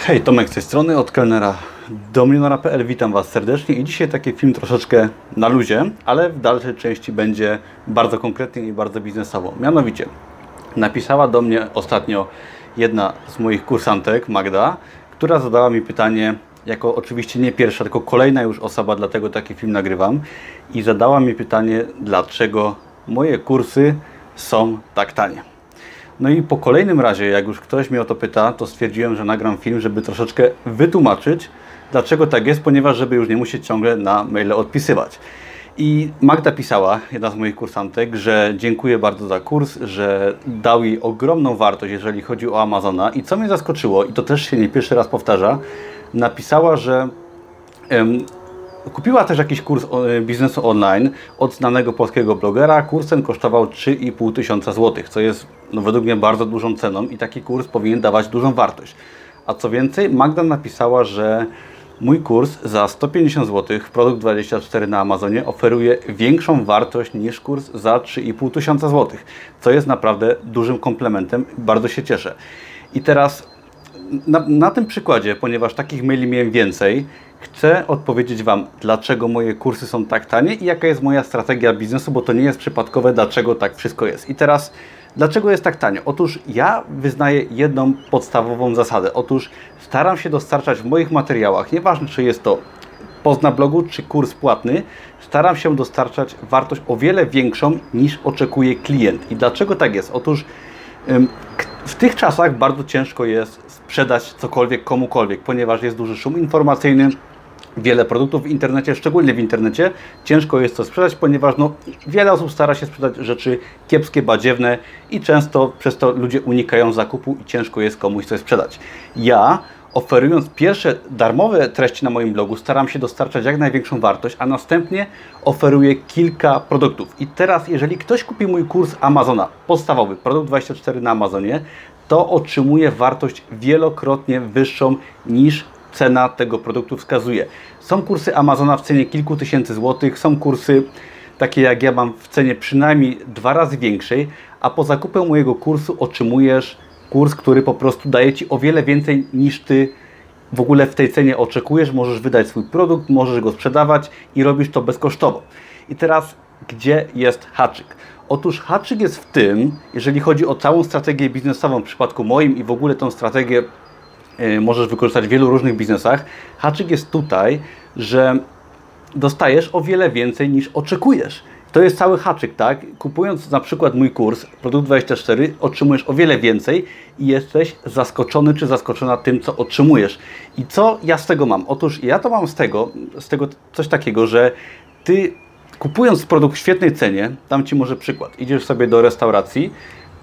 Hej, Tomek z tej strony, od kelnera do milionera.pl. Witam Was serdecznie i dzisiaj taki film troszeczkę na luzie, ale w dalszej części będzie bardzo konkretnie i bardzo biznesowo. Mianowicie, napisała do mnie ostatnio jedna z moich kursantek, Magda, która zadała mi pytanie, jako oczywiście nie pierwsza, tylko kolejna już osoba, dlatego taki film nagrywam, i zadała mi pytanie, dlaczego moje kursy są tak tanie. No i po kolejnym razie, jak już ktoś mnie o to pyta, to stwierdziłem, że nagram film, żeby troszeczkę wytłumaczyć, dlaczego tak jest, ponieważ żeby już nie musieć ciągle na maile odpisywać. I Magda pisała, jedna z moich kursantek, że dziękuję bardzo za kurs, że dał jej ogromną wartość, jeżeli chodzi o Amazona. I co mnie zaskoczyło, i to też się nie pierwszy raz powtarza, napisała, że kupiła też jakiś kurs biznesu online od znanego polskiego blogera. Kurs ten kosztował 3,5 tysiąca złotych, co jest według mnie bardzo dużą ceną i taki kurs powinien dawać dużą wartość. A co więcej, Magda napisała, że mój kurs za 150 zł, produkt 24 na Amazonie, oferuje większą wartość niż kurs za 3,5 tysiąca złotych, co jest naprawdę dużym komplementem. Bardzo się cieszę. I teraz na tym przykładzie, ponieważ takich maili miałem więcej, chcę odpowiedzieć Wam, dlaczego moje kursy są tak tanie i jaka jest moja strategia biznesu, bo to nie jest przypadkowe, dlaczego tak wszystko jest. I teraz, dlaczego jest tak tanio? Otóż ja wyznaję jedną podstawową zasadę. Otóż staram się dostarczać w moich materiałach, nieważne czy jest to post na blogu, czy kurs płatny, staram się dostarczać wartość o wiele większą niż oczekuje klient. I dlaczego tak jest? Otóż w tych czasach bardzo ciężko jest sprzedać cokolwiek komukolwiek, ponieważ jest duży szum informacyjny, wiele produktów w internecie, szczególnie w internecie, ciężko jest to sprzedać, ponieważ wiele osób stara się sprzedać rzeczy kiepskie, badziewne i często przez to ludzie unikają zakupu i ciężko jest komuś coś sprzedać. Ja, oferując pierwsze darmowe treści na moim blogu, staram się dostarczać jak największą wartość, a następnie oferuję kilka produktów. I teraz, jeżeli ktoś kupi mój kurs Amazona, podstawowy, produkt 24 na Amazonie, to otrzymuje wartość wielokrotnie wyższą niż cena tego produktu wskazuje. Są kursy Amazona w cenie kilku tysięcy złotych, są kursy takie jak ja mam w cenie przynajmniej 2 razy większej, a po zakupie mojego kursu otrzymujesz kurs, który po prostu daje Ci o wiele więcej niż Ty w ogóle w tej cenie oczekujesz. Możesz wydać swój produkt, możesz go sprzedawać i robisz to bezkosztowo. I teraz, gdzie jest haczyk? Otóż haczyk jest w tym, jeżeli chodzi o całą strategię biznesową w przypadku moim i w ogóle tą strategię możesz wykorzystać w wielu różnych biznesach. Haczyk jest tutaj, że dostajesz o wiele więcej niż oczekujesz. To jest cały haczyk, tak? Kupując na przykład mój kurs, produkt 24, otrzymujesz o wiele więcej i jesteś zaskoczony czy zaskoczona tym, co otrzymujesz. I co ja z tego mam? Otóż ja to mam z tego coś takiego, że Ty kupując produkt w świetnej cenie, dam Ci może przykład, idziesz sobie do restauracji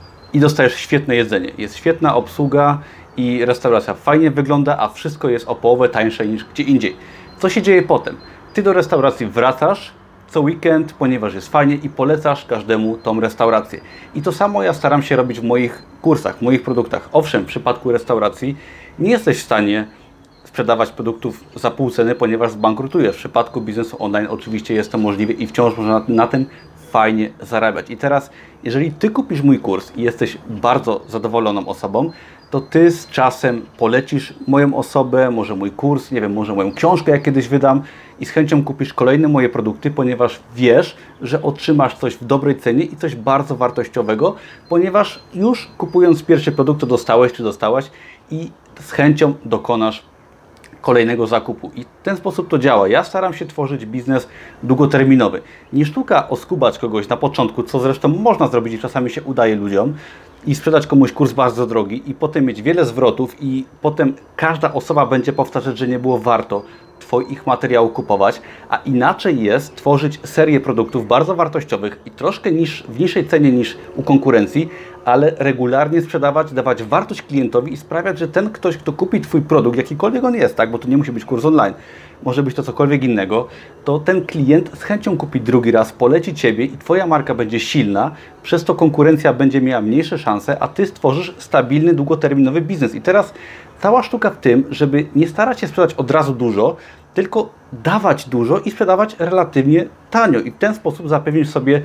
i dostajesz świetne jedzenie, jest świetna obsługa i restauracja fajnie wygląda, a wszystko jest o połowę tańsze niż gdzie indziej. Co się dzieje potem? Ty do restauracji wracasz co weekend, ponieważ jest fajnie i polecasz każdemu tą restaurację. I to samo ja staram się robić w moich kursach, w moich produktach. Owszem, w przypadku restauracji nie jesteś w stanie sprzedawać produktów za pół ceny, ponieważ zbankrutujesz. W przypadku biznesu online oczywiście jest to możliwe i wciąż można na tym fajnie zarabiać. I teraz, jeżeli Ty kupisz mój kurs i jesteś bardzo zadowoloną osobą, to Ty z czasem polecisz moją osobę, może mój kurs, nie wiem, może moją książkę, jak kiedyś wydam i z chęcią kupisz kolejne moje produkty, ponieważ wiesz, że otrzymasz coś w dobrej cenie i coś bardzo wartościowego, ponieważ już kupując pierwszy produkt, to dostałeś czy dostałaś i z chęcią dokonasz kolejnego zakupu. I w ten sposób to działa. Ja staram się tworzyć biznes długoterminowy. Nie sztuka oskubać kogoś na początku, co zresztą można zrobić i czasami się udaje ludziom, i sprzedać komuś kurs bardzo drogi i potem mieć wiele zwrotów i potem każda osoba będzie powtarzać, że nie było warto Twoich materiałów kupować, a inaczej jest tworzyć serię produktów bardzo wartościowych i troszkę w niższej cenie niż u konkurencji, ale regularnie sprzedawać, dawać wartość klientowi i sprawiać, że ten ktoś, kto kupi Twój produkt, jakikolwiek on jest, tak, bo to nie musi być kurs online, może być to cokolwiek innego, to ten klient z chęcią kupi drugi raz, poleci Ciebie i Twoja marka będzie silna, przez to konkurencja będzie miała mniejsze szanse, a Ty stworzysz stabilny, długoterminowy biznes. I teraz cała sztuka w tym, żeby nie starać się sprzedać od razu dużo, tylko dawać dużo i sprzedawać relatywnie tanio. I w ten sposób zapewnisz sobie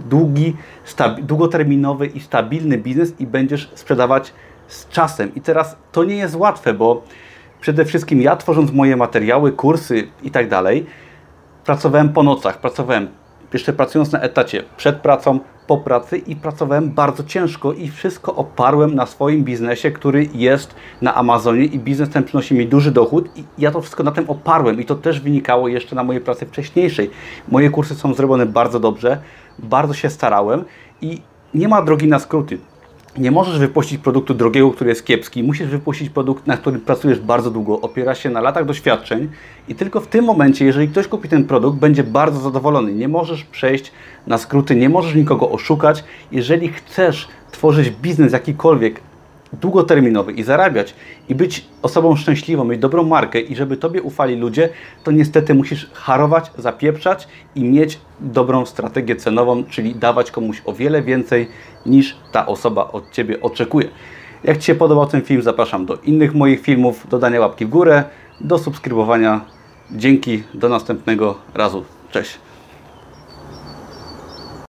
długoterminowy i stabilny biznes i będziesz sprzedawać z czasem. I teraz to nie jest łatwe, bo Przede wszystkim ja, tworząc moje materiały, kursy i tak dalej, pracowałem po nocach, pracowałem jeszcze pracując na etacie, przed pracą, po pracy i pracowałem bardzo ciężko i wszystko oparłem na swoim biznesie, który jest na Amazonie i biznes ten przynosi mi duży dochód i ja to wszystko na tym oparłem i to też wynikało jeszcze na mojej pracy wcześniejszej. Moje kursy są zrobione bardzo dobrze, bardzo się starałem i nie ma drogi na skróty. Nie możesz wypuścić produktu drogiego, który jest kiepski. Musisz wypuścić produkt, na którym pracujesz bardzo długo, opiera się na latach doświadczeń i tylko w tym momencie, jeżeli ktoś kupi ten produkt, będzie bardzo zadowolony. Nie możesz przejść na skróty, nie możesz nikogo oszukać. Jeżeli chcesz tworzyć biznes jakikolwiek długoterminowy i zarabiać i być osobą szczęśliwą, mieć dobrą markę i żeby Tobie ufali ludzie, to niestety musisz harować, zapieprzać i mieć dobrą strategię cenową, czyli dawać komuś o wiele więcej niż ta osoba od Ciebie oczekuje. Jak Ci się podobał ten film, zapraszam do innych moich filmów, do dania łapki w górę, do subskrybowania. Dzięki, do następnego razu. Cześć!